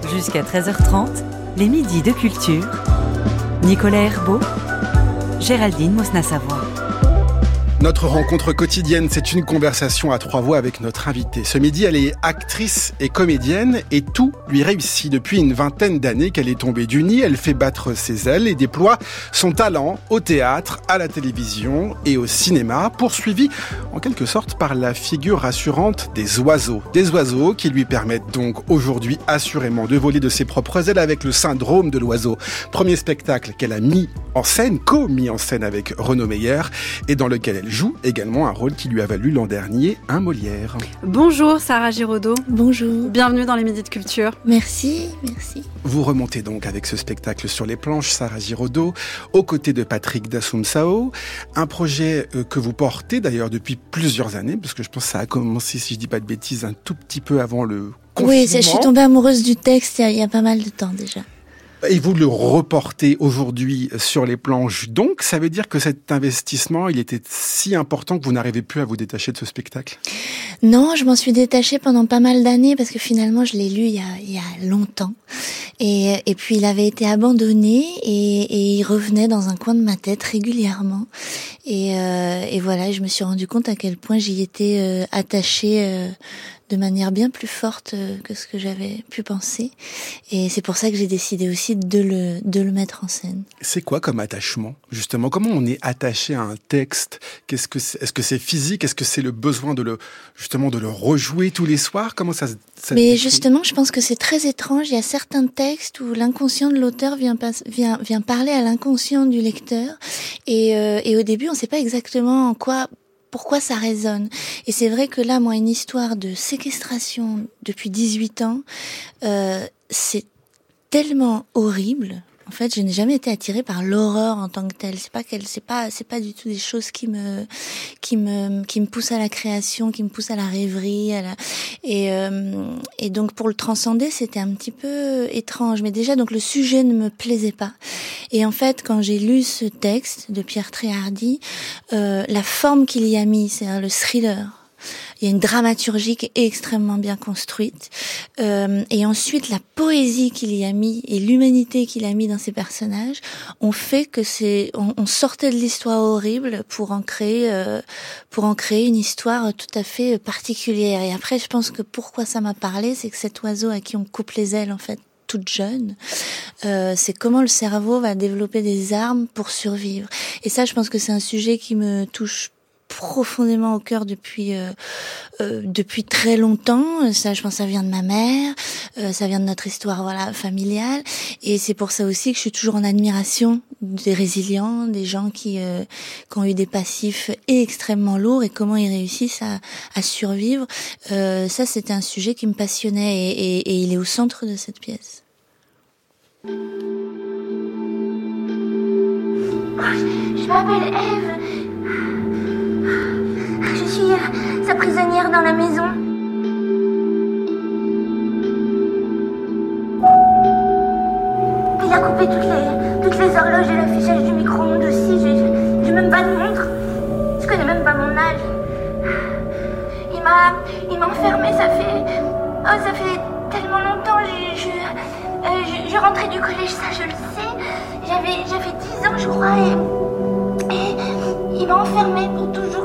Jusqu'à 13h30, les midis de culture. Nicolas Herbeau, Géraldine Mosna-Savoie. Notre rencontre quotidienne, c'est une conversation à trois voix avec notre invitée. Ce midi, elle est actrice et comédienne et tout lui réussit. Depuis une vingtaine d'années qu'elle est tombée du nid, elle fait battre ses ailes et déploie son talent au théâtre, à la télévision et au cinéma, poursuivi en quelque sorte par la figure rassurante des oiseaux. Des oiseaux qui lui permettent donc aujourd'hui assurément de voler de ses propres ailes avec le syndrome de l'oiseau. Premier spectacle qu'elle a mis en scène, co-mis en scène avec Renaud Meyer et dans lequel elle joue également un rôle qui lui a valu l'an dernier un Molière. Bonjour Sarah Giraudot. Bonjour. Bienvenue dans les Midis de Culture. Merci. Vous remontez donc avec ce spectacle sur les planches, Sarah Giraudot, aux côtés de Patrick D'Assunção. Un projet que vous portez d'ailleurs depuis plusieurs années, parce que je pense que ça a commencé, si je dis pas de bêtises, un tout petit peu avant le confinement. Oui, je suis tombée amoureuse du texte il y a pas mal de temps déjà. Et vous le reportez aujourd'hui sur les planches. Donc, ça veut dire que cet investissement, il était si important que vous n'arrivez plus à vous détacher de ce spectacle? Non, je m'en suis détachée pendant pas mal d'années parce que finalement, je l'ai lu il y a longtemps. Et puis, il avait été abandonné et il revenait dans un coin de ma tête régulièrement. Et voilà, je me suis rendu compte à quel point j'y étais attachée de manière bien plus forte que ce que j'avais pu penser. Et c'est pour ça que j'ai décidé aussi de le mettre en scène. C'est quoi comme attachement, justement? Comment on est attaché à un texte? Est-ce que c'est physique? Est-ce que c'est le besoin de le rejouer tous les soirs? Comment ça Mais justement, je pense que c'est très étrange. Il y a certains textes où l'inconscient de l'auteur vient parler à l'inconscient du lecteur. Et au début, on ne sait pas exactement pourquoi ça résonne. Et c'est vrai que là, moi, une histoire de séquestration depuis 18 ans, c'est tellement horrible. En fait, je n'ai jamais été attirée par l'horreur en tant que telle. C'est pas du tout des choses qui me poussent à la création, qui me poussent à la rêverie, et donc pour le transcender, c'était un petit peu étrange. Mais déjà, donc le sujet ne me plaisait pas. Et en fait, quand j'ai lu ce texte de Pierre Tréhardy, la forme qu'il y a mis, c'est le thriller. Il y a une dramaturgie qui est extrêmement bien construite. Et ensuite, la poésie qu'il y a mis et l'humanité qu'il a mis dans ces personnages ont fait que on sortait de l'histoire horrible pour en créer une histoire tout à fait particulière. Et après, je pense que pourquoi ça m'a parlé, c'est que cet oiseau à qui on coupe les ailes, en fait, toute jeune, c'est comment le cerveau va développer des armes pour survivre. Et ça, je pense que c'est un sujet qui me touche profondément au cœur depuis très longtemps. Ça, je pense, ça vient de ma mère, ça vient de notre histoire, familiale. Et c'est pour ça aussi que je suis toujours en admiration des résilients, des gens qui ont eu des passifs extrêmement lourds et comment ils réussissent à survivre. Ça, c'était un sujet qui me passionnait et il est au centre de cette pièce. Je m'appelle Ève. Je suis sa prisonnière dans la maison. Il a coupé toutes les horloges et l'affichage du micro-ondes aussi. J'ai même pas de montre. Je connais même pas mon âge. Il m'a enfermée, ça fait tellement longtemps. Je rentrais du collège, ça je le sais. J'avais 10 ans je crois et il m'a enfermée pour toujours.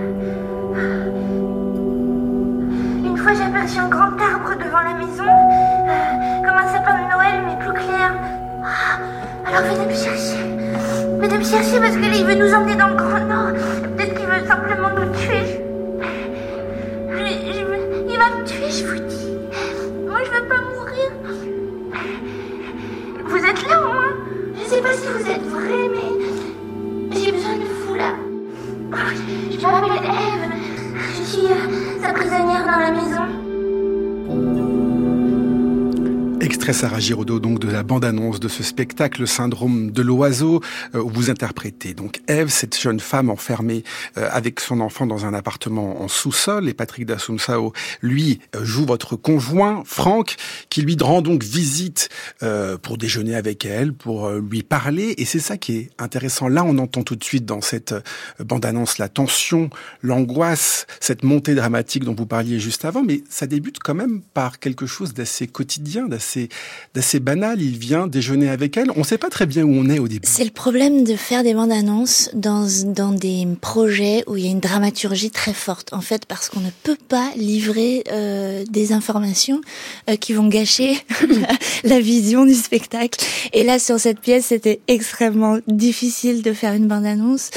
Une fois j'ai aperçu un grand arbre devant la maison, comme un sapin de Noël mais plus clair. Alors venez me chercher parce que là il veut nous emmener dans le Grand Nord. Peut-être qu'il veut simplement nous tuer. Il va me tuer, je vous dis. Moi je veux pas mourir. Vous êtes là au moins? Je sais pas si vous êtes vrai, mais j'ai besoin de vous là. Je m'appelle Ève. Je suis sa prisonnière dans la maison. Extrait Sarah Giraudot, donc de la bande-annonce de ce spectacle, le syndrome de l'oiseau, où vous interprétez donc Ève, cette jeune femme enfermée avec son enfant dans un appartement en sous-sol, et Patrick D'Assunção, lui, joue votre conjoint, Franck, qui lui rend donc visite pour déjeuner avec elle, pour lui parler, et c'est ça qui est intéressant. Là, on entend tout de suite dans cette bande-annonce la tension, l'angoisse, cette montée dramatique dont vous parliez juste avant, mais ça débute quand même par quelque chose d'assez quotidien, d'assez d'assez banal. Il vient déjeuner avec elle. On ne sait pas très bien où on est au début. C'est le problème de faire des bandes annonces dans des projets où il y a une dramaturgie très forte. En fait, parce qu'on ne peut pas livrer des informations qui vont gâcher la vision du spectacle. Et là, sur cette pièce, c'était extrêmement difficile de faire une bande annonce.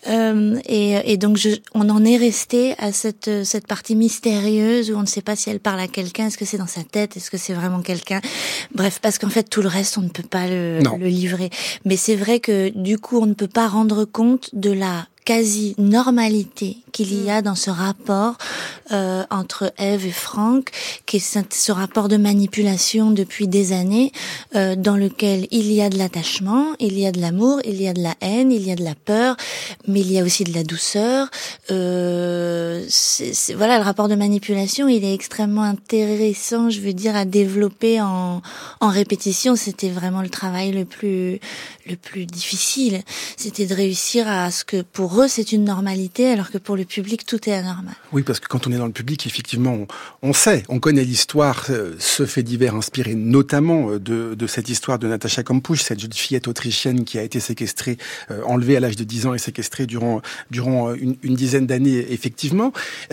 Et donc, on en est resté à cette partie mystérieuse où on ne sait pas si elle parle à quelqu'un. Est-ce que c'est dans sa tête? Est-ce que c'est vraiment quelqu'un? Bref, parce qu'en fait, tout le reste, on ne peut pas le livrer. Mais c'est vrai que, du coup, on ne peut pas rendre compte de la quasi-normalité qu'il y a dans ce rapport entre Ève et Franck, qui est ce rapport de manipulation depuis des années, dans lequel il y a de l'attachement, il y a de l'amour, il y a de la haine, il y a de la peur, mais il y a aussi de la douceur. Voilà, le rapport de manipulation, il est extrêmement intéressant, je veux dire, à développer en répétition. C'était vraiment le travail le plus difficile. C'était de réussir à ce que pour eux c'est une normalité, alors que pour le public tout est anormal. Oui, parce que quand on est dans le public, effectivement, on sait, on connaît l'histoire, ce fait divers inspiré notamment de cette histoire de Natacha Kampusch, cette jeune fillette autrichienne qui a été séquestrée, enlevée à l'âge de 10 ans et séquestrée durant une dizaine d'années, effectivement.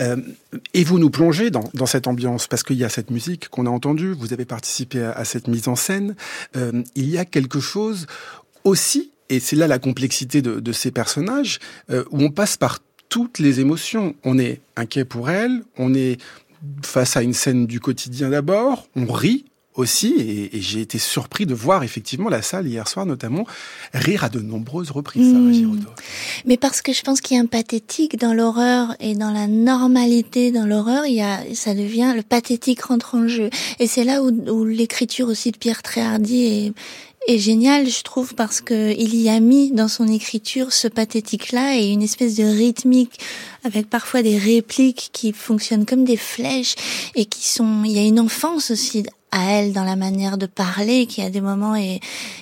Et vous nous plongez dans cette ambiance, parce qu'il y a cette musique qu'on a entendue, vous avez participé à cette mise en scène. Il y a quelque chose aussi, et c'est là la complexité de ces personnages, où on passe par toutes les émotions. On est inquiet pour elle, on est face à une scène du quotidien d'abord, on rit aussi, et j'ai été surpris de voir effectivement la salle hier soir notamment rire à de nombreuses reprises, Sarah Giraudot. Mais parce que je pense qu'il y a un pathétique dans l'horreur et dans la normalité dans l'horreur, ça devient, le pathétique rentre en jeu. Et c'est là où l'écriture aussi de Pierre Tréhardy est génial, je trouve, parce que il y a mis dans son écriture ce pathétique-là et une espèce de rythmique avec parfois des répliques qui fonctionnent comme des flèches et il y a une enfance aussi à elle dans la manière de parler qui à des moments est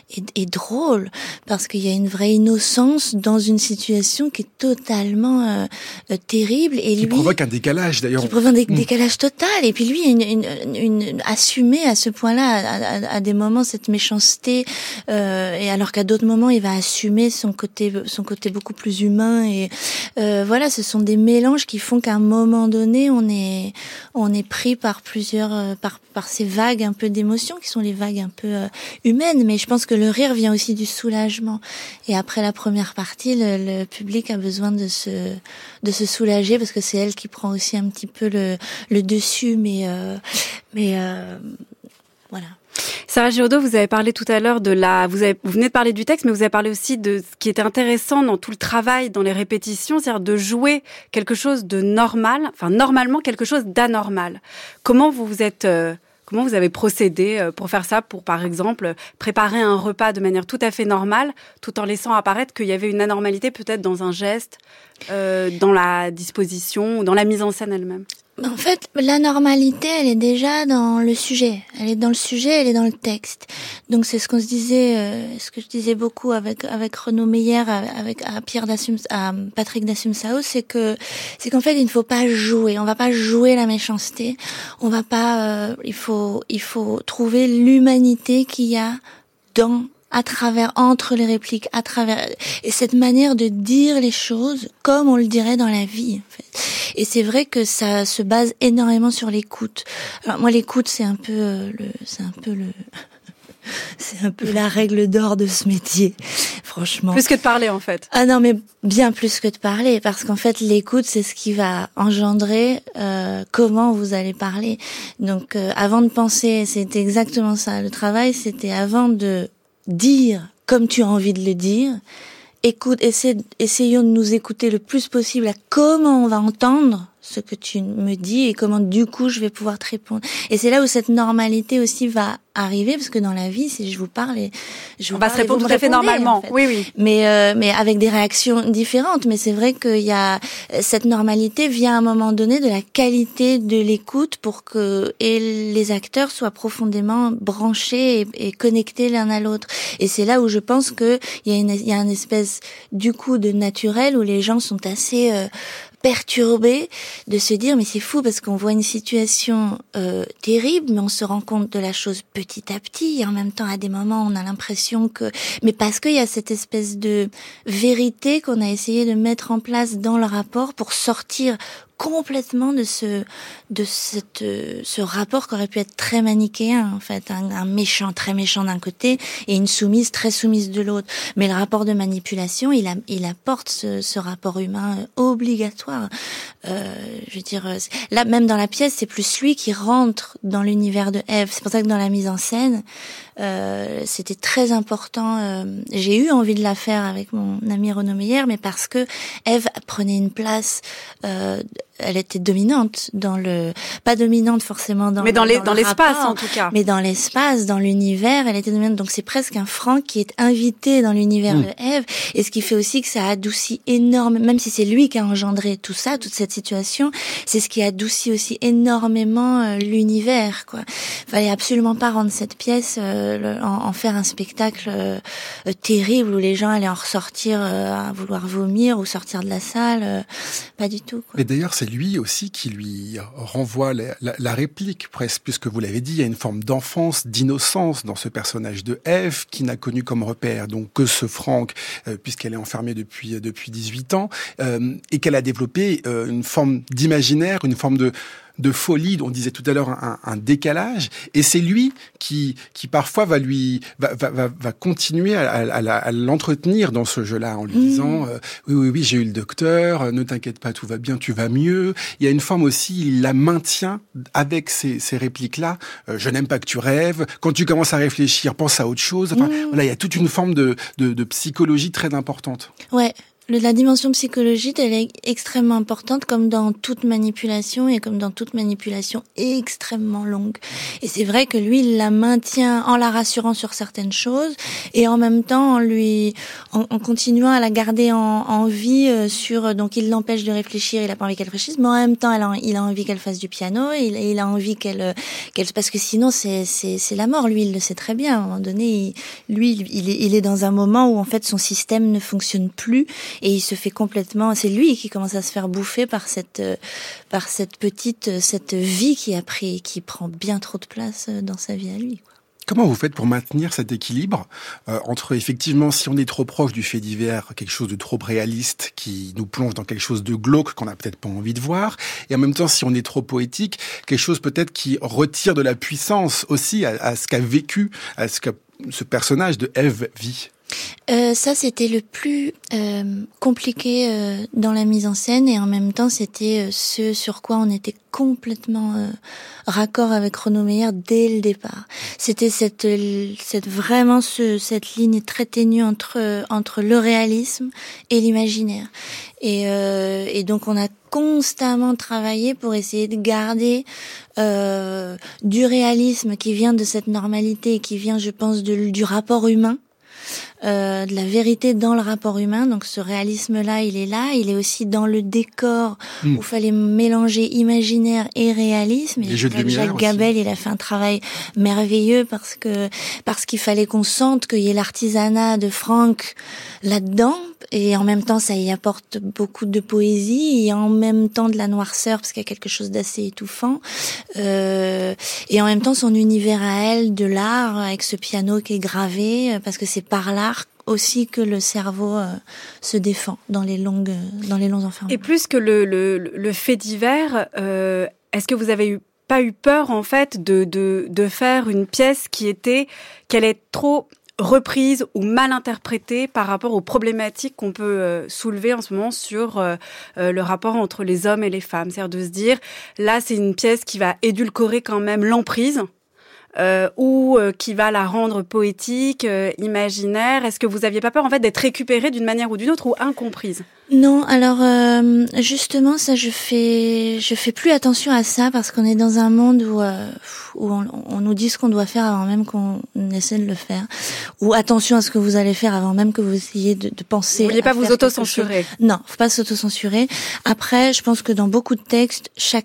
drôle, parce qu'il y a une vraie innocence dans une situation qui est totalement terrible, et qui provoque un décalage d'ailleurs. Qui provoque un décalage total, et puis lui assumer à ce point-là à des moments cette méchanceté, et alors qu'à d'autres moments il va assumer son côté beaucoup plus humain, et voilà, ce sont des mélanges qui font qu'à un moment donné on est pris par plusieurs par ces vagues un peu d'émotions qui sont les vagues un peu humaines, mais je pense que le rire vient aussi du soulagement. Et après la première partie, le public a besoin de se soulager, parce que c'est elle qui prend aussi un petit peu le dessus, mais voilà. Sarah Giraudot, vous avez parlé tout à l'heure vous venez de parler du texte, mais vous avez parlé aussi de ce qui était intéressant dans tout le travail, dans les répétitions, c'est-à-dire de jouer quelque chose de normal, enfin normalement quelque chose d'anormal. Comment vous avez procédé pour faire ça, pour par exemple préparer un repas de manière tout à fait normale, tout en laissant apparaître qu'il y avait une anormalité peut-être dans un geste, dans la disposition ou dans la mise en scène elle-même? En fait, la normalité, elle est déjà dans le sujet. Elle est dans le sujet, elle est dans le texte. Donc c'est ce que je disais beaucoup avec Renaud Meyer, à Patrick Dassum-Sao, c'est qu'en fait il ne faut pas jouer. On va pas jouer la méchanceté. On va pas. Il faut trouver l'humanité qu'il y a entre les répliques, et cette manière de dire les choses comme on le dirait dans la vie, en fait. Et c'est vrai que ça se base énormément sur l'écoute. Alors moi, l'écoute, c'est un peu la règle d'or de ce métier, franchement. Plus que de parler, en fait. Ah non, mais bien plus que de parler, parce qu'en fait, l'écoute, c'est ce qui va engendrer comment vous allez parler. Donc, avant de penser, c'était exactement ça. Le travail, c'était avant de dire comme tu as envie de le dire. Essayons de nous écouter le plus possible à comment on va entendre ce que tu me dis et comment du coup je vais pouvoir te répondre. Et c'est là où cette normalité aussi va arriver, parce que dans la vie, si je vous parle on va se répondre tout à fait normalement. En fait. Oui. Mais avec des réactions différentes. Mais c'est vrai qu'il y a cette normalité vient à un moment donné de la qualité de l'écoute pour que les acteurs soient profondément branchés et connectés l'un à l'autre. Et c'est là où je pense que il y a une espèce du coup de naturel où les gens sont assez perturbé de se dire mais c'est fou parce qu'on voit une situation terrible mais on se rend compte de la chose petit à petit et en même temps à des moments on a l'impression que mais parce qu'il y a cette espèce de vérité qu'on a essayé de mettre en place dans le rapport pour sortir complètement de ce rapport qui aurait pu être très manichéen en fait, un méchant très méchant d'un côté et une soumise très soumise de l'autre. Mais le rapport de manipulation, il apporte ce rapport humain obligatoire. Je veux dire, là même dans la pièce, c'est plus lui qui rentre dans l'univers de Ève. C'est pour ça que dans la mise en scène, c'était très important. J'ai eu envie de la faire avec mon ami Renaud Meyer, mais parce que Ève prenait une place. Elle était dominante pas dominante forcément dans l'espace rapport, en tout cas. Mais dans l'espace, dans l'univers, elle était dominante. Donc c'est presque un Franck qui est invité dans l'univers de Ève, et ce qui fait aussi que ça adoucit énormément, même si c'est lui qui a engendré tout ça, toute cette situation, c'est ce qui adoucit aussi énormément l'univers, quoi. Fallait absolument pas rendre cette pièce, en faire un spectacle terrible où les gens allaient en ressortir à vouloir vomir ou sortir de la salle, pas du tout, quoi. Mais d'ailleurs, c'est lui aussi qui lui renvoie la réplique, presque, puisque vous l'avez dit, il y a une forme d'enfance, d'innocence dans ce personnage de Ève, qui n'a connu comme repère donc que ce Franck, puisqu'elle est enfermée depuis 18 ans, et qu'elle a développé une forme d'imaginaire, une forme de folie, dont on disait tout à l'heure un décalage, et c'est lui qui parfois va continuer à l'entretenir dans ce jeu-là en lui disant oui j'ai eu le docteur, ne t'inquiète pas, tout va bien, tu vas mieux. Il y a une forme aussi, il la maintient avec ces répliques-là. Je n'aime pas que tu rêves. Quand tu commences à réfléchir, pense à autre chose. Enfin, voilà, il y a toute une forme de psychologie très importante. Ouais. La dimension psychologique, elle est extrêmement importante, comme dans toute manipulation et comme dans toute manipulation extrêmement longue. Et c'est vrai que lui, il la maintient en la rassurant sur certaines choses et en même temps en continuant à la garder en vie donc il l'empêche de réfléchir, il a pas envie qu'elle réfléchisse, mais en même temps, il a envie qu'elle fasse du piano, il a envie qu'elle parce que sinon c'est la mort. Lui, il le sait très bien. À un moment donné, il est dans un moment où en fait son système ne fonctionne plus. Et il se fait complètement, c'est lui qui commence à se faire bouffer par cette vie qui prend bien trop de place dans sa vie à lui, quoi. Comment vous faites pour maintenir cet équilibre entre, effectivement, si on est trop proche du fait divers, quelque chose de trop réaliste qui nous plonge dans quelque chose de glauque qu'on n'a peut-être pas envie de voir, et en même temps, si on est trop poétique, quelque chose peut-être qui retire de la puissance aussi à ce qu'a vécu, à ce que ce personnage de Ève vit? Ça, c'était le plus compliqué dans la mise en scène, et en même temps, c'était ce sur quoi on était complètement raccord avec Renaud Meyer dès le départ. C'était cette ligne très ténue entre le réalisme et l'imaginaire. Et donc, on a constamment travaillé pour essayer de garder du réalisme qui vient de cette normalité et qui vient, je pense, du rapport humain. De la vérité dans le rapport humain. Donc ce réalisme-là, il est aussi dans le décor où il fallait mélanger imaginaire et réalisme. Et Jacques Gabel, il a fait un travail merveilleux parce qu'il fallait qu'on sente qu'il y ait l'artisanat de Franck là-dedans, et en même temps ça y apporte beaucoup de poésie et en même temps de la noirceur parce qu'il y a quelque chose d'assez étouffant, et en même temps son univers à elle de l'art avec ce piano qui est gravé, parce que c'est par l'art aussi que le cerveau se défend dans les longs enfermements. Et plus que le fait divers, est-ce que vous avez pas eu peur en fait de faire une pièce qu'elle est trop reprise ou mal interprétée par rapport aux problématiques qu'on peut soulever en ce moment sur le rapport entre les hommes et les femmes? C'est-à-dire de se dire, là c'est une pièce qui va édulcorer quand même l'emprise, ou qui va la rendre poétique, imaginaire. Est-ce que vous aviez pas peur en fait d'être récupérée d'une manière ou d'une autre ou incomprise? Non, alors justement ça je fais plus attention à ça parce qu'on est dans un monde où on nous dit ce qu'on doit faire avant même qu'on essaie de le faire, ou attention à ce que vous allez faire avant même que vous essayiez de penser. Vous vouliez pas vous auto-censurer? Non, faut pas s'auto-censurer. Après, je pense que dans beaucoup de textes, chacun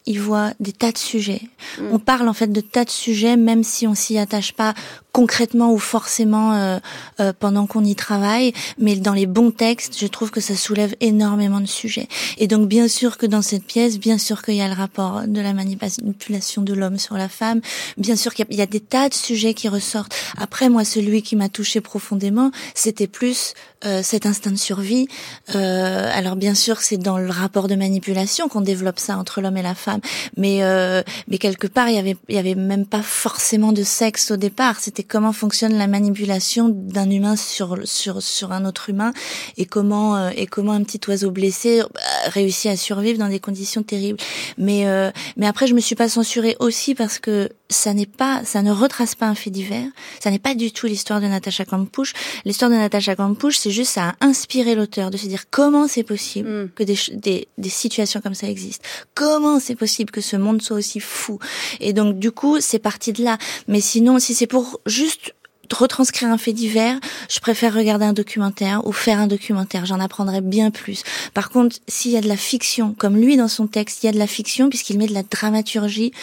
il voit des tas de sujets. On parle en fait de tas de sujets, même si on s'y attache pas concrètement ou forcément pendant qu'on y travaille, mais dans les bons textes, je trouve que ça soulève énormément de sujets. Et donc bien sûr que dans cette pièce, bien sûr qu'il y a le rapport de la manipulation de l'homme sur la femme, bien sûr qu'il y a des tas de sujets qui ressortent. Après, moi, celui qui m'a touchée profondément, c'était plus cet instinct de survie. Alors bien sûr, c'est dans le rapport de manipulation qu'on développe ça entre l'homme et la femme, mais quelque part, il y avait même pas forcément de sexe au départ. C'était comment fonctionne la manipulation d'un humain sur un autre humain, et comment un petit oiseau blessé réussit à survivre dans des conditions terribles. Mais après, je me suis pas censurée aussi parce que ça ne retrace pas un fait divers. Ça n'est pas du tout l'histoire de Natacha Kampusch. L'histoire de Natacha Kampusch, c'est juste, ça a inspiré l'auteur de se dire comment c'est possible que des situations comme ça existent. Comment c'est possible que ce monde soit aussi fou. Et donc, du coup, c'est parti de là. Mais sinon, si c'est pour juste retranscrire un fait divers, je préfère regarder un documentaire ou faire un documentaire. J'en apprendrai bien plus. Par contre, s'il y a de la fiction, comme lui dans son texte, il y a de la fiction puisqu'il met de la dramaturgie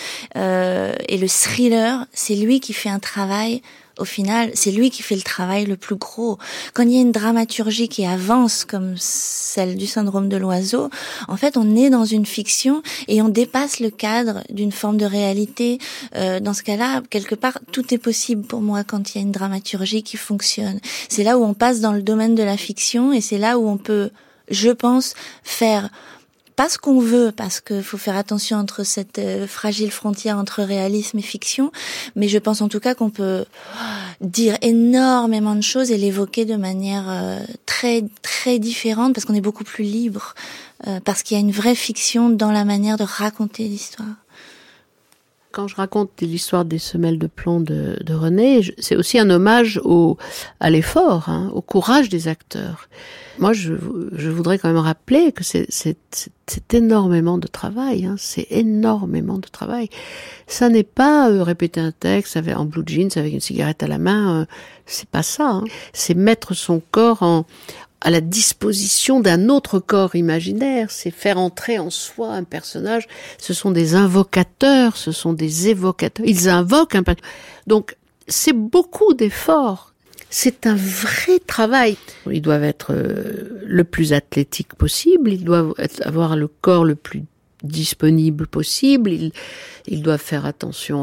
et le thriller, c'est lui qui fait un travail. Au final, c'est lui qui fait le travail le plus gros. Quand il y a une dramaturgie qui avance comme celle du syndrome de l'oiseau, en fait, on est dans une fiction et on dépasse le cadre d'une forme de réalité. Dans ce cas-là, quelque part, tout est possible pour moi quand il y a une dramaturgie qui fonctionne. C'est là où on passe dans le domaine de la fiction et c'est là où on peut, je pense, faire pas ce qu'on veut, parce que faut faire attention entre cette fragile frontière entre réalisme et fiction, mais je pense en tout cas qu'on peut dire énormément de choses et l'évoquer de manière très très différente, parce qu'on est beaucoup plus libre, parce qu'il y a une vraie fiction dans la manière de raconter l'histoire. Quand je raconte l'histoire des semelles de plomb de René, c'est aussi un hommage à l'effort, au courage des acteurs. Moi, je voudrais quand même rappeler que c'est énormément de travail, c'est énormément de travail. Ça n'est pas répéter un texte en blue jeans avec une cigarette à la main, c'est pas ça. C'est mettre son corps à la disposition d'un autre corps imaginaire, c'est faire entrer en soi un personnage. Ce sont des invocateurs, ce sont des évocateurs. Ils invoquent un personnage. Donc, c'est beaucoup d'efforts. C'est un vrai travail. Ils doivent être le plus athlétique possible, ils doivent avoir le corps le plus disponible possible, ils doivent faire attention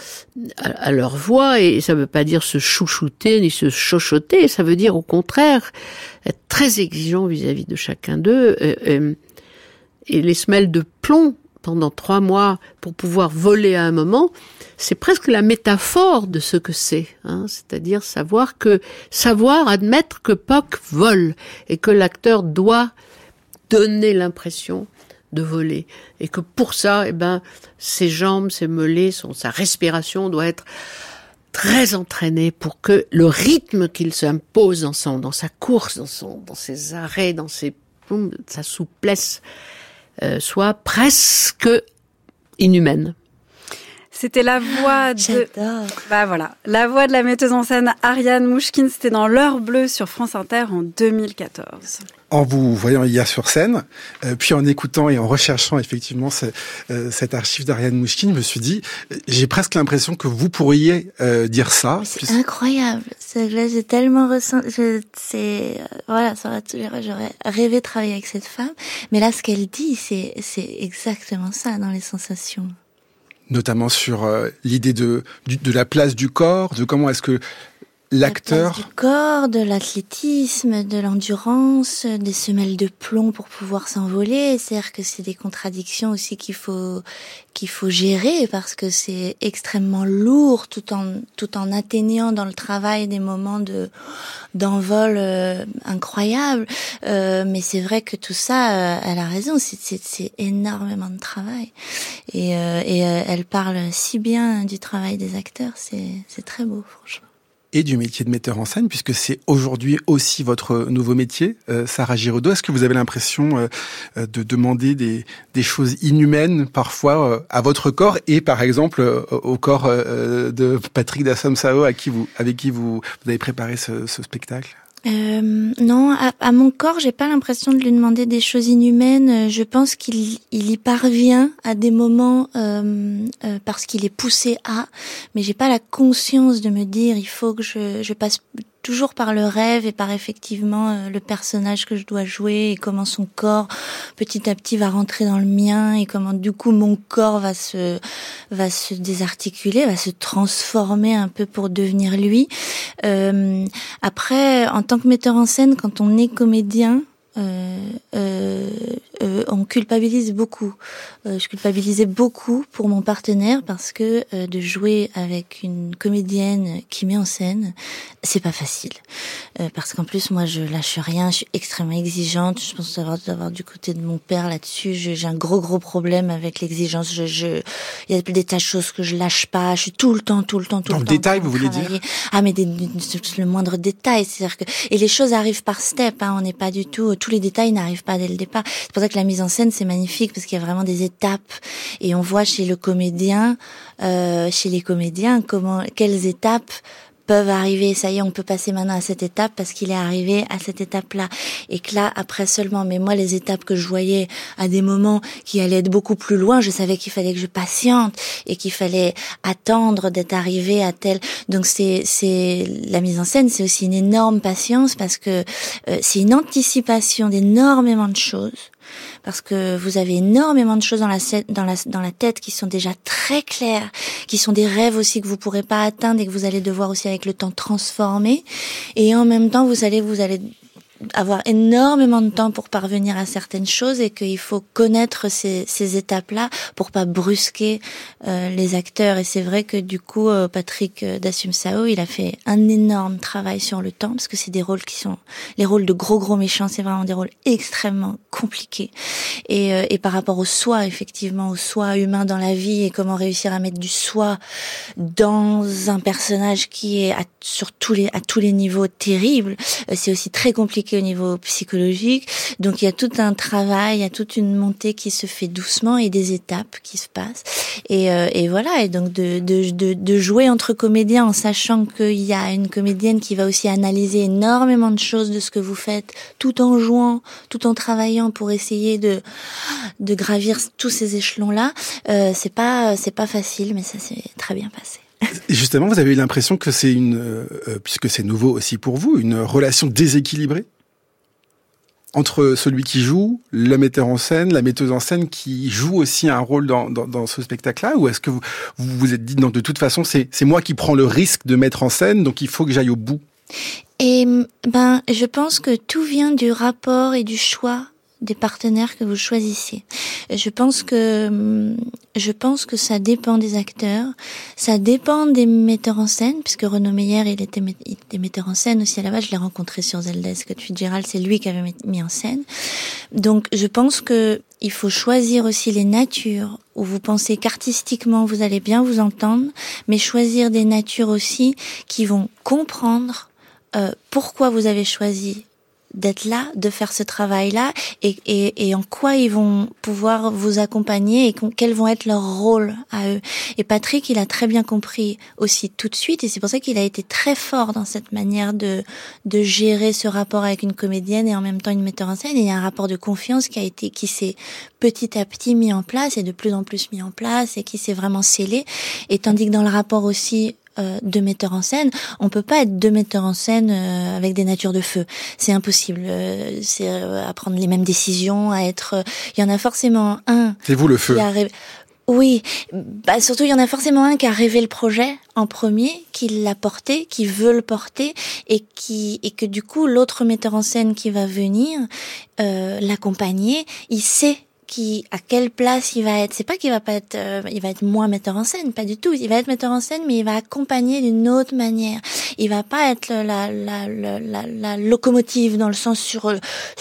à leur voix, et ça veut pas dire se chouchouter ni se chochoter, ça veut dire au contraire être très exigeant vis-à-vis de chacun d'eux, et les semelles de plomb pendant 3 mois pour pouvoir voler à un moment, c'est presque la métaphore de ce que c'est, c'est-à-dire savoir admettre que Puck vole et que l'acteur doit donner l'impression de voler, et que pour ça, ses jambes, ses mollets, sa respiration doit être très entraînée pour que le rythme qu'il s'impose dans sa course, dans ses arrêts, dans sa souplesse, soit presque inhumaine. C'était la voix la voix de la metteuse en scène Ariane Mouchkine. C'était dans L'Heure bleue sur France Inter en 2014. En vous voyant hier sur scène, puis en écoutant et en recherchant effectivement cette archive d'Ariane Mouchkine, je me suis dit, j'ai presque l'impression que vous pourriez dire ça. C'est incroyable. J'ai tellement ressenti. J'aurais rêvé de travailler avec cette femme. Mais là, ce qu'elle dit, c'est exactement ça dans les sensations. Notamment sur l'idée de la place du corps, de comment est-ce que l'acteur... La place du corps, de l'athlétisme, de l'endurance, des semelles de plomb pour pouvoir s'envoler. C'est-à-dire que c'est des contradictions aussi qu'il faut gérer, parce que c'est extrêmement lourd, tout en atteignant dans le travail des moments d'envol incroyables. Mais c'est vrai que tout ça, elle a raison, c'est énormément de travail. Et elle parle si bien du travail des acteurs, c'est très beau, franchement. Et du métier de metteur en scène, puisque c'est aujourd'hui aussi votre nouveau métier, Sarah Giraudot. Est-ce que vous avez l'impression de demander des choses inhumaines parfois à votre corps et par exemple au corps de Patrick Dassomsao avec qui vous avez préparé ce spectacle? Non, à mon corps, j'ai pas l'impression de lui demander des choses inhumaines. Je pense qu'il y parvient à des moments parce qu'il est poussé à, mais j'ai pas la conscience de me dire il faut que je passe toujours par le rêve et par effectivement le personnage que je dois jouer et comment son corps petit à petit va rentrer dans le mien et comment du coup mon corps va se désarticuler, va se transformer un peu pour devenir lui. Après, en tant que metteur en scène, quand on est comédien, on culpabilise beaucoup. Je culpabilisais beaucoup pour mon partenaire parce que de jouer avec une comédienne qui met en scène, c'est pas facile. Parce qu'en plus, moi, je lâche rien, je suis extrêmement exigeante. Je pense d'avoir du côté de mon père là-dessus. J'ai un gros problème avec l'exigence. Il y a des tas de choses que je lâche pas. Je suis tout le temps. Dans le détail, vous voulez dire? Ah, mais le moindre détail. C'est-à-dire que, et les choses arrivent par step, hein. On n'est pas du tout, tous les détails n'arrivent pas dès le départ. C'est pour ça que la mise en scène, c'est magnifique parce qu'il y a vraiment des étapes et on voit chez les comédiens quelles étapes peuvent arriver. Ça y est, on peut passer maintenant à cette étape parce qu'il est arrivé à cette étape-là. Et que là, après seulement, mais moi, les étapes que je voyais à des moments qui allaient être beaucoup plus loin, je savais qu'il fallait que je patiente et qu'il fallait attendre d'être arrivé à tel. Donc c'est la mise en scène, c'est aussi une énorme patience parce que c'est une anticipation d'énormément de choses. Parce que vous avez énormément de choses dans la tête qui sont déjà très claires, qui sont des rêves aussi que vous pourrez pas atteindre et que vous allez devoir aussi avec le temps transformer. Et en même temps, vous allez avoir énormément de temps pour parvenir à certaines choses et qu'il faut connaître ces étapes-là pour pas brusquer les acteurs. Et c'est vrai que du coup, Patrick Dassum-Sao, il a fait un énorme travail sur le temps parce que c'est des rôles qui sont les rôles de gros méchants. C'est vraiment des rôles extrêmement compliqués. Et par rapport au soi, effectivement, au soi humain dans la vie et comment réussir à mettre du soi dans un personnage qui est à tous les niveaux terrible, c'est aussi très compliqué au niveau psychologique. Donc il y a tout un travail, il y a toute une montée qui se fait doucement et des étapes qui se passent. Et voilà. Et donc de jouer entre comédiens en sachant qu'il y a une comédienne qui va aussi analyser énormément de choses de ce que vous faites, tout en jouant, tout en travaillant pour essayer de gravir tous ces échelons-là. C'est pas facile, mais ça s'est très bien passé. Justement, vous avez eu l'impression que c'est puisque c'est nouveau aussi pour vous, une relation déséquilibrée entre celui qui joue, le metteur en scène, la metteuse en scène qui joue aussi un rôle dans ce spectacle-là, ou est-ce que vous vous êtes dit non, de toute façon c'est moi qui prends le risque de mettre en scène, donc il faut que j'aille au bout? Et je pense que tout vient du rapport et du choix des partenaires que vous choisissez. Je pense que ça dépend des acteurs, ça dépend des metteurs en scène, puisque Renaud Meyer, il était metteur en scène aussi à la base, je l'ai rencontré sur Zelda Scott Fitzgerald, c'est lui qui avait mis en scène. Donc je pense que il faut choisir aussi les natures où vous pensez qu'artistiquement vous allez bien vous entendre, mais choisir des natures aussi qui vont comprendre pourquoi vous avez choisi d'être là, de faire ce travail-là et en quoi ils vont pouvoir vous accompagner et quels vont être leurs rôles à eux. Et Patrick, il a très bien compris aussi tout de suite et c'est pour ça qu'il a été très fort dans cette manière de gérer ce rapport avec une comédienne et en même temps une metteur en scène. Et il y a un rapport de confiance qui s'est petit à petit mis en place et de plus en plus mis en place et qui s'est vraiment scellé. Et tandis que dans le rapport aussi de metteurs en scène, on peut pas être deux metteurs en scène avec des natures de feu. C'est impossible. C'est à prendre les mêmes décisions, à être. Il y en a forcément un. C'est vous le feu. Oui, surtout il y en a forcément un qui a rêvé le projet en premier, qui l'a porté, qui veut le porter et que du coup l'autre metteur en scène qui va venir l'accompagner, il sait à quelle place il va être. C'est pas qu'il va pas être, il va être moins metteur en scène, pas du tout. Il va être metteur en scène, mais il va accompagner d'une autre manière. Il va pas être la locomotive dans le sens sur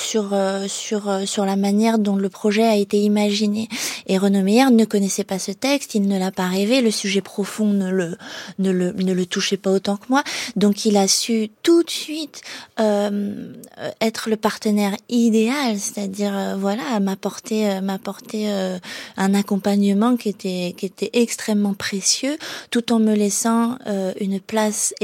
la manière dont le projet a été imaginé. Et Renaud Meyer ne connaissait pas ce texte, il ne l'a pas rêvé, le sujet profond ne le touchait pas autant que moi. Donc il a su tout de suite être le partenaire idéal, c'est-à-dire m'apporter un accompagnement qui était extrêmement précieux, tout en me laissant une place énorme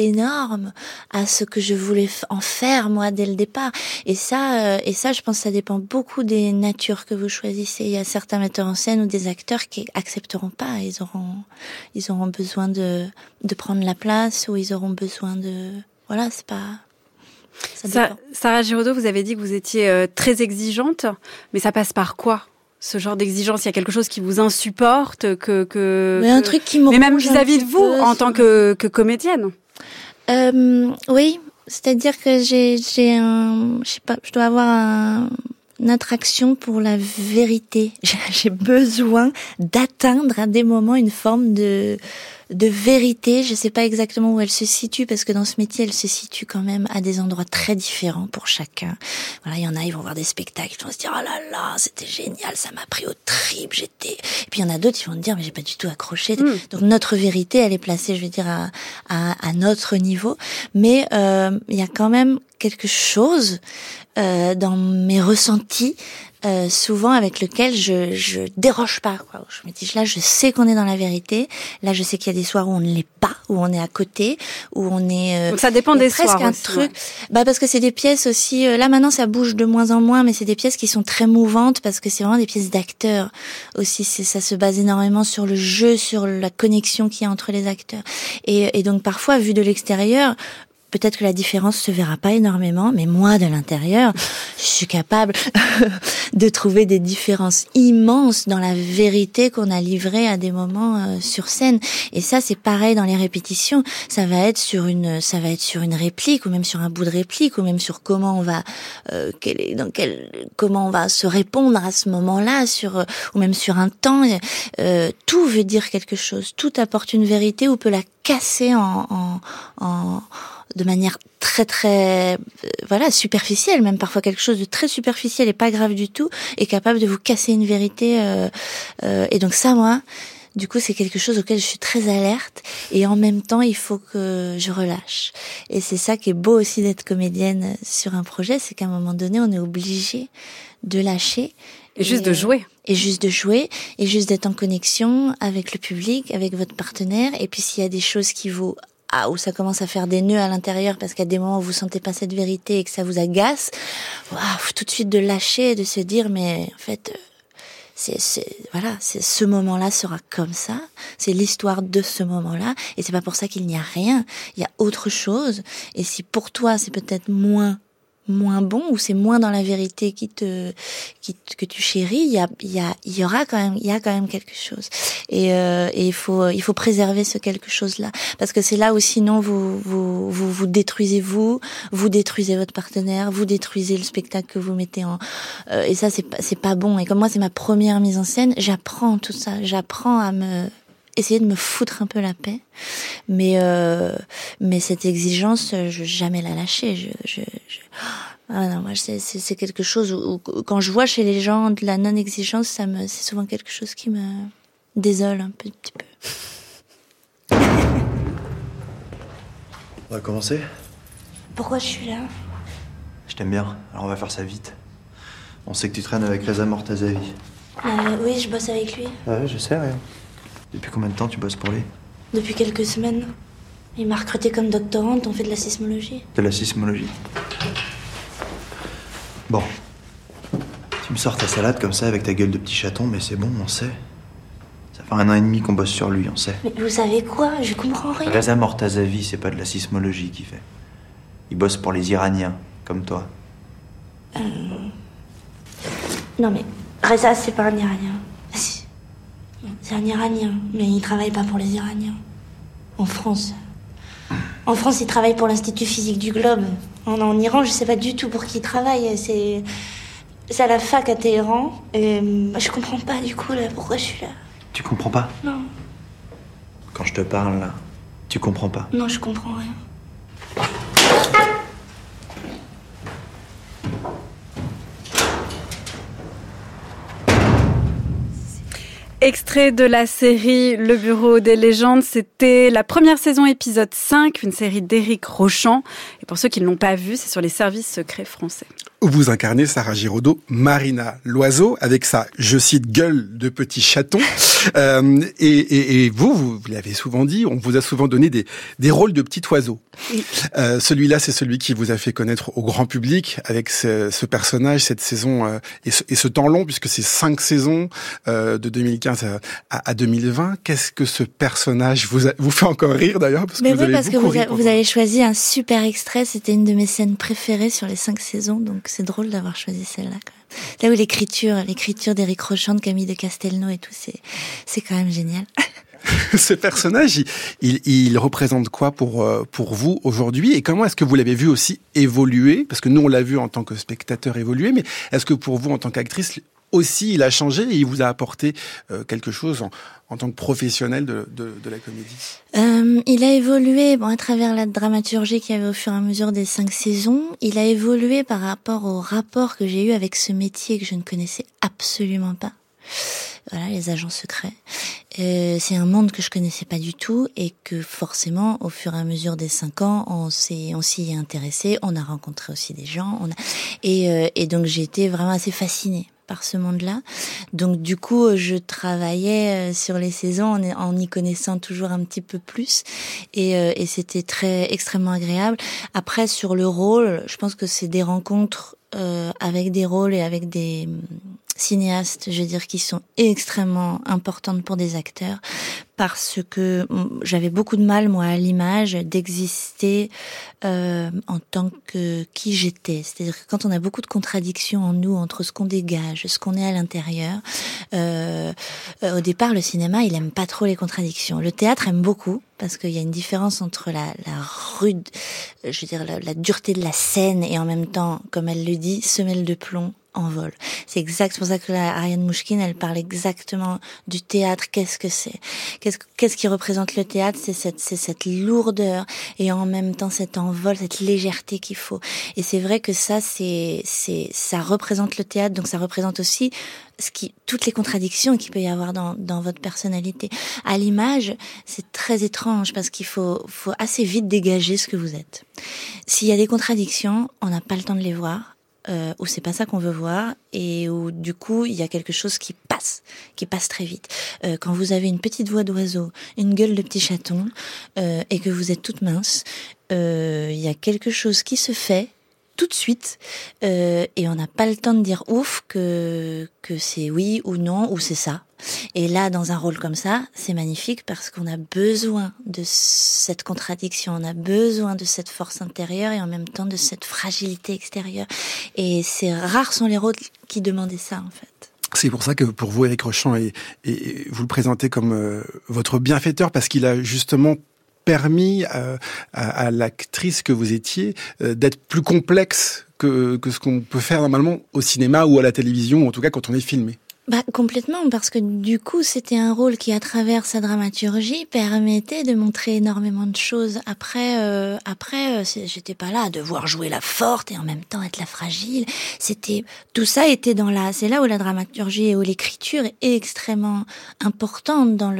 conforme à ce que je voulais en faire moi dès le départ. Et ça, je pense que ça dépend beaucoup des natures que vous choisissez. Il y a certains metteurs en scène ou des acteurs qui accepteront pas. Ils auront besoin de prendre la place, ou ils auront besoin de, voilà, c'est pas. Sarah Giraudot, vous avez dit que vous étiez très exigeante, mais ça passe par quoi, ce genre d'exigence? Il y a quelque chose qui vous insupporte, un truc qui me mais même vis-à-vis de vous en tant que comédienne. Oui, c'est-à-dire que je dois avoir une attraction pour la vérité. J'ai besoin d'atteindre à des moments une forme de vérité. Je sais pas exactement où elle se situe, parce que dans ce métier, elle se situe quand même à des endroits très différents pour chacun. Voilà, il y en a, ils vont voir des spectacles, ils vont se dire, oh là là, c'était génial, ça m'a pris aux tripes, et puis il y en a d'autres, ils vont me dire, mais j'ai pas du tout accroché. Donc notre vérité, elle est placée, je veux dire, à notre niveau. Mais, il y a quand même quelque chose, dans mes ressentis, souvent avec lequel je déroge pas, quoi. Je me dis, là, je sais qu'on est dans la vérité. Là, je sais qu'il y a des soirs où on ne l'est pas, où on est à côté, où on est. Donc ça dépend des soirs. Presque un truc. Ouais. Parce que c'est des pièces aussi. Là maintenant, ça bouge de moins en moins, mais c'est des pièces qui sont très mouvantes, parce que c'est vraiment des pièces d'acteurs aussi. Ça se base énormément sur le jeu, sur la connexion qu'il y a entre les acteurs. Et donc parfois, vu de l'extérieur, peut-être que la différence se verra pas énormément, mais moi, de l'intérieur, je suis capable de trouver des différences immenses dans la vérité qu'on a livrée à des moments sur scène. Et ça, c'est pareil dans les répétitions. Ça va être sur une réplique, ou même sur un bout de réplique, ou même sur comment on va, comment on va se répondre à ce moment-là, ou même sur un temps. Tout veut dire quelque chose. Tout apporte une vérité, ou peut la casser de manière très très superficielle, même parfois quelque chose de très superficiel et pas grave du tout est capable de vous casser une vérité, et donc ça, moi, du coup, c'est quelque chose auquel je suis très alerte, et en même temps il faut que je relâche. Et c'est ça qui est beau aussi d'être comédienne sur un projet, c'est qu'à un moment donné on est obligé de lâcher et juste de jouer. Et juste de jouer, et juste d'être en connexion avec le public, avec votre partenaire. Et puis s'il y a des choses qui où ça commence à faire des nœuds à l'intérieur, parce qu'à des moments où vous sentez pas cette vérité et que ça vous agace, tout de suite de lâcher et de se dire, mais en fait, c'est ce moment-là sera comme ça, c'est l'histoire de ce moment-là, et c'est pas pour ça qu'il n'y a rien, il y a autre chose. Et si pour toi c'est peut-être moins bon, ou c'est moins dans la vérité que tu chéris, il y a quand même quelque chose. Et il faut préserver ce quelque chose-là, parce que c'est là où sinon vous détruisez vous détruisez votre partenaire, vous détruisez le spectacle que vous mettez en, et ça c'est pas bon. Et comme moi c'est ma première mise en scène, j'apprends tout ça, j'apprends à essayer de me foutre un peu la paix, mais cette exigence, je vais jamais la lâcher. Non, moi c'est quelque chose où quand je vois chez les gens de la non-exigence, c'est souvent quelque chose qui me désole un petit peu. On va commencer ? Pourquoi je suis là ? Je t'aime bien, alors on va faire ça vite. On sait que tu traînes avec Reza Mortazavi. Oui, je bosse avec lui. Ouais, je sais, rien. Depuis combien de temps tu bosses pour lui ? Depuis quelques semaines. Il m'a recrutée comme doctorante, on fait de la sismologie. De la sismologie. Bon. Tu me sors ta salade comme ça avec ta gueule de petit chaton, mais c'est bon, on sait. Ça fait 1 an et demi qu'on bosse sur lui, on sait. Mais vous savez quoi ? Je comprends rien. Reza Mortazavi, c'est pas de la sismologie qu'il fait. Il bosse pour les Iraniens, comme toi. Non mais, Reza, c'est pas un Iranien. C'est un Iranien, mais il travaille pas pour les Iraniens. En France. En France, il travaille pour l'Institut Physique du Globe. En Iran, je sais pas du tout pour qui il travaille. C'est à la fac à Téhéran. Et je comprends pas du coup là, pourquoi je suis là. Tu comprends pas ? Non. Quand je te parle là, tu comprends pas ? Non, je comprends rien. Extrait de la série Le Bureau des légendes, c'était la première saison, épisode 5, une série d'Éric Rochant. Et pour ceux qui ne l'ont pas vue, c'est sur les services secrets français. où vous incarnez Sarah Giraudot, Marina Loiseau, avec sa, je cite, gueule de petit chaton. Et vous l'avez souvent dit, on vous a souvent donné des rôles de petit oiseau. Oui. Celui-là, c'est celui qui vous a fait connaître au grand public avec ce personnage, cette saison et ce temps long, puisque c'est 5 saisons de 2015 à 2020. Qu'est-ce que ce personnage vous fait encore rire d'ailleurs, parce que Mais vous oui, avez parce que beaucoup ri vous avez choisi un super extrait. C'était une de mes scènes préférées sur les 5 saisons, donc c'est drôle d'avoir choisi celle-là quand même. Là où l'écriture d'Éric Rochant, de Camille de Castelnau et tout, c'est quand même génial. Ce personnage, il représente quoi pour vous aujourd'hui, et comment est-ce que vous l'avez vu aussi évoluer? Parce que nous, on l'a vu en tant que spectateur évoluer, mais est-ce que pour vous, en tant qu'actrice, aussi, il a changé et il vous a apporté quelque chose en tant que professionnel de la comédie? Il a évolué à travers la dramaturgie qu'il y avait au fur et à mesure des 5 saisons. Il a évolué par rapport au rapport que j'ai eu avec ce métier que je ne connaissais absolument pas. Voilà, les agents secrets. C'est un monde que je connaissais pas du tout et que forcément, au fur et à mesure des 5 ans, on s'y est intéressé. On a rencontré aussi des gens. Et donc j'ai été vraiment assez fascinée par ce monde-là. Donc du coup, je travaillais sur les saisons en y connaissant toujours un petit peu plus, et c'était extrêmement agréable. Après, sur le rôle, je pense que c'est des rencontres avec des rôles et avec des cinéastes, je veux dire, qui sont extrêmement importantes pour des acteurs, parce que j'avais beaucoup de mal, moi, à l'image, d'exister en tant que qui j'étais. C'est-à-dire que quand on a beaucoup de contradictions en nous, entre ce qu'on dégage, ce qu'on est à l'intérieur, au départ, le cinéma, il aime pas trop les contradictions. Le théâtre aime beaucoup, parce qu'il y a une différence entre la rude, je veux dire, la dureté de la scène, et en même temps, comme elle le dit, semelle de plomb en vol. C'est pour ça que Ariane Mouchkine, elle parle exactement du théâtre. Qu'est-ce que c'est? Qu'est-ce qui représente le théâtre? C'est cette lourdeur et en même temps cet envol, cette légèreté qu'il faut. Et c'est vrai que ça représente le théâtre, donc ça représente aussi toutes les contradictions qu'il peut y avoir dans votre personnalité. À l'image, c'est très étrange parce qu'il faut assez vite dégager ce que vous êtes. S'il y a des contradictions, on n'a pas le temps de les voir. Où c'est pas ça qu'on veut voir, et où du coup il y a quelque chose qui passe très vite. Quand vous avez une petite voix d'oiseau, une gueule de petit chaton, et que vous êtes toute mince, il y a quelque chose qui se fait tout de suite, et on n'a pas le temps de dire ouf que c'est oui ou non, ou c'est ça. Et là, dans un rôle comme ça, c'est magnifique parce qu'on a besoin de cette contradiction, on a besoin de cette force intérieure et en même temps de cette fragilité extérieure. Et c'est rares sont les rôles qui demandaient ça, en fait. C'est pour ça que pour vous, Éric Rochant, et vous le présentez comme votre bienfaiteur, parce qu'il a justement permis à l'actrice que vous étiez d'être plus complexe que ce qu'on peut faire normalement au cinéma ou à la télévision, ou en tout cas quand on est filmé. Complètement, parce que du coup, c'était un rôle qui, à travers sa dramaturgie, permettait de montrer énormément de choses. Après, j'étais pas là à devoir jouer la forte et en même temps être la fragile. Tout ça était c'est là où la dramaturgie et où l'écriture est extrêmement importante dans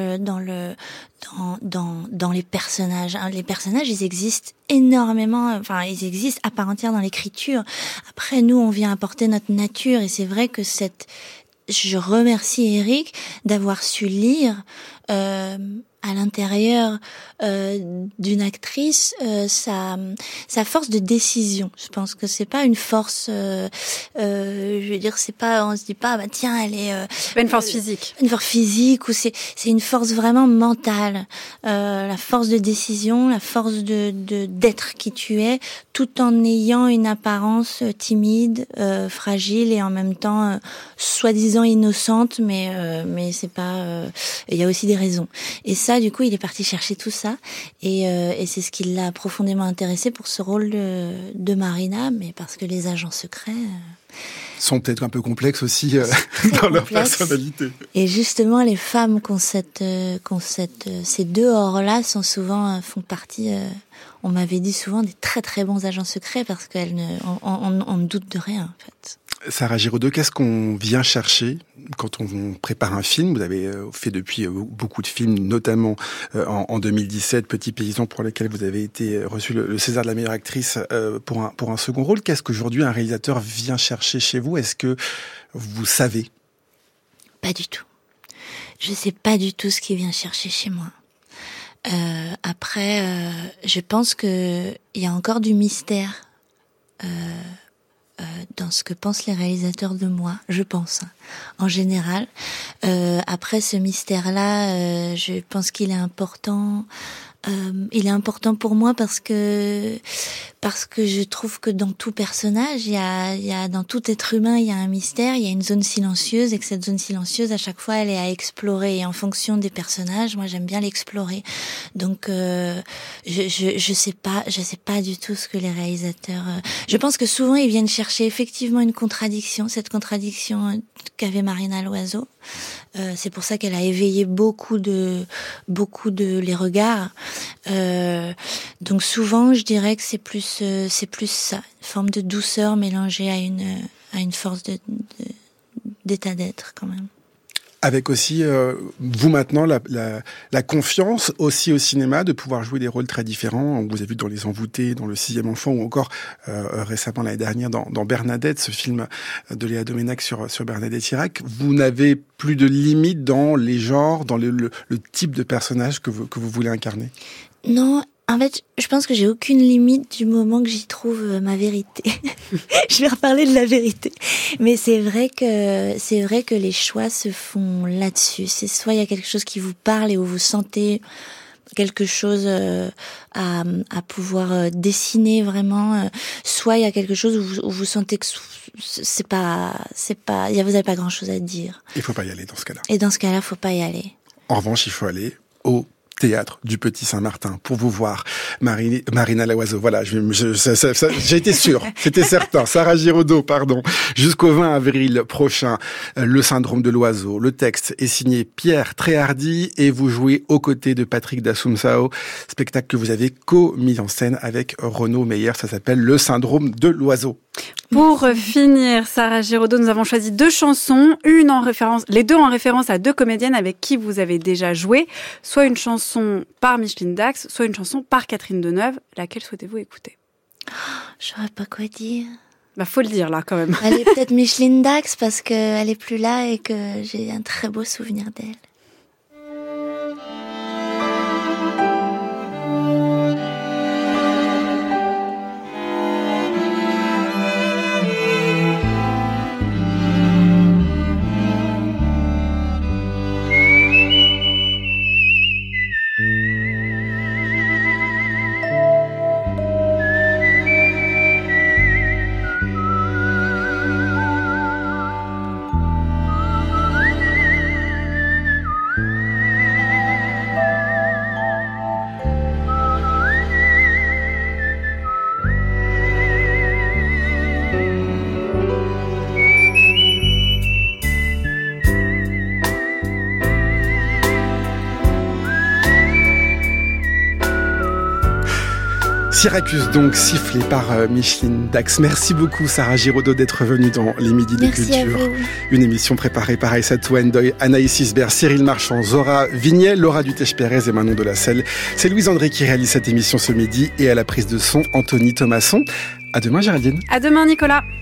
les personnages. Les personnages, ils existent énormément, ils existent à part entière dans l'écriture. Après, nous, on vient apporter notre nature, et c'est vrai que je remercie Éric d'avoir su lire à l'intérieur d'une actrice sa force de décision. Je pense que c'est pas une force, je veux dire, c'est pas, on se dit pas tiens, elle est pas une force physique. Une force physique, ou c'est une force vraiment mentale, la force de décision, la force d'être qui tu es, tout en ayant une apparence timide, fragile et en même temps soi-disant innocente, mais c'est pas, il y a aussi des raisons. Et ça, du coup, il est parti chercher tout ça, et c'est ce qui l'a profondément intéressé pour ce rôle de Marina, mais parce que les agents secrets sont peut-être un peu complexes aussi dans leur personnalité. Et justement, les femmes qui ont ces deux ors-là font partie, on m'avait dit souvent, des très très bons agents secrets, parce qu'on ne doute de rien, en fait. Sarah Giraudot, qu'est-ce qu'on vient chercher quand on prépare un film? Vous avez fait depuis beaucoup de films, notamment en 2017, Petit Paysan, pour lequel vous avez été reçu le César de la meilleure actrice pour un second rôle. Qu'est-ce qu'aujourd'hui un réalisateur vient chercher chez vous? Est-ce que vous savez? Pas du tout. Je sais pas du tout ce qu'il vient chercher chez moi. Après, je pense que il y a encore du mystère dans ce que pensent les réalisateurs de moi, je pense, en général. Après, ce mystère-là, je pense qu'il est important. Il est important pour moi parce que je trouve que dans tout personnage, il y a dans tout être humain, il y a un mystère, il y a une zone silencieuse, et que cette zone silencieuse, à chaque fois, elle est à explorer. Et en fonction des personnages, moi, j'aime bien l'explorer. Donc, je sais pas du tout ce que les réalisateurs. Je pense que souvent, ils viennent chercher effectivement une contradiction, cette contradiction qu'avait Marina Loiseau. C'est pour ça qu'elle a éveillé beaucoup de les regards. Donc souvent, je dirais que c'est plus ça, une forme de douceur mélangée à une force d'état d'être quand même. Avec aussi, vous maintenant, la confiance aussi au cinéma de pouvoir jouer des rôles très différents. On vous a vu dans Les Envoûtés, dans Le Sixième Enfant, ou encore récemment l'année dernière dans Bernadette, ce film de Léa Doménac sur Bernadette Chirac. Vous n'avez plus de limites dans les genres, dans le type de personnage que vous voulez incarner? Non. En fait, je pense que j'ai aucune limite du moment que j'y trouve ma vérité. Je vais reparler de la vérité. Mais c'est vrai que les choix se font là-dessus. C'est soit il y a quelque chose qui vous parle et où vous sentez quelque chose à pouvoir dessiner vraiment, soit il y a quelque chose où vous sentez que c'est pas, vous avez pas grand-chose à dire. Il faut pas y aller dans ce cas-là. Et dans ce cas-là, faut pas y aller. En revanche, il faut aller au Théâtre du Petit Saint-Martin pour vous voir. Marina Loiseau, voilà, j'ai été sûr, c'était certain. Sarah Giraudot, pardon. Jusqu'au 20 avril prochain, Le Syndrome de l'Oiseau. Le texte est signé Pierre Tréhardy et vous jouez aux côtés de Patrick d'Assunção. Spectacle que vous avez co-mis en scène avec Renaud Meyer. Ça s'appelle Le Syndrome de l'Oiseau. Pour finir, Sarah Giraudot, nous avons choisi 2 chansons, les deux en référence à 2 comédiennes avec qui vous avez déjà joué, soit une chanson par Micheline Dax, soit une chanson par Catherine Deneuve. Laquelle souhaitez-vous écouter? Je saurais pas quoi dire. Faut le dire là quand même. Elle est peut-être Micheline Dax parce qu'elle est plus là et que j'ai un très beau souvenir d'elle. Syracuse donc, sifflé par Micheline Dax. Merci beaucoup Sarah Giraudot d'être venue dans les Midis de Culture. Une émission préparée par Aïssatou Ndoye, Anaïs Isbert, Cyril Marchand, Zora Vignel, Laura Dutèche-Pérez et Manon Delacelle. C'est Louise André qui réalise cette émission ce midi et à la prise de son, Anthony Thomasson. À demain Géraldine. À demain Nicolas.